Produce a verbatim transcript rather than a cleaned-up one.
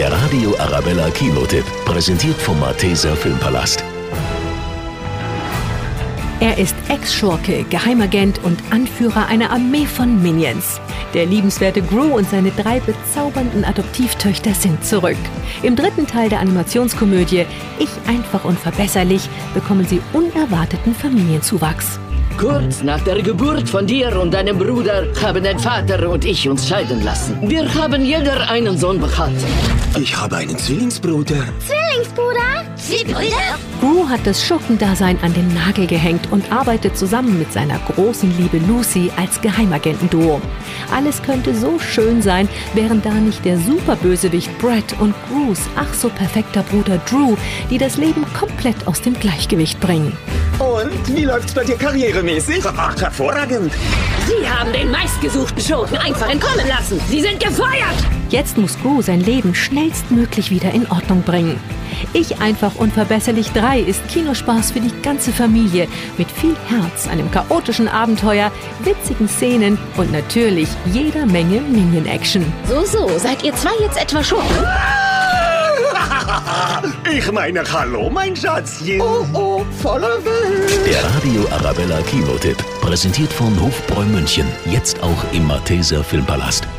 Der Radio Arabella Kinotipp, präsentiert vom Malteser Filmpalast. Er ist Ex-Schurke, Geheimagent und Anführer einer Armee von Minions. Der liebenswerte Gru und seine drei bezaubernden Adoptivtöchter sind zurück. Im dritten Teil der Animationskomödie Ich einfach unverbesserlich bekommen sie unerwarteten Familienzuwachs. Kurz nach der Geburt von dir und deinem Bruder haben dein Vater und ich uns scheiden lassen. Wir haben jeder einen Sohn bekommen. Ich habe einen Zwillingsbruder. Zwillingsbruder? Zwillingsbruder? Gru hat das Schurkendasein an den Nagel gehängt und arbeitet zusammen mit seiner großen Liebe Lucy als Geheimagentenduo. Alles könnte so schön sein, wären da nicht der Superbösewicht Brett und Grus ach so perfekter Bruder Drew, die das Leben komplett aus dem Gleichgewicht bringen. Und wie läuft's bei dir karrieremäßig? Ach, hervorragend. Sie haben den meistgesuchten Schurken einfach entkommen lassen. Sie sind gefeuert! Jetzt muss Gru sein Leben schnellstmöglich wieder in Ordnung bringen. Ich einfach unverbesserlich drei ist Kinospaß für die ganze Familie mit viel Herz, einem chaotischen Abenteuer, witzigen Szenen und natürlich jeder Menge Minion-Action. So, so, seid ihr zwei jetzt etwa Schurken? Ich meine, hallo, mein Schatzchen. Oh, oh, voller Welt. Der Radio Arabella Kinotipp, präsentiert von Hofbräu München, jetzt auch im Malteser Filmpalast.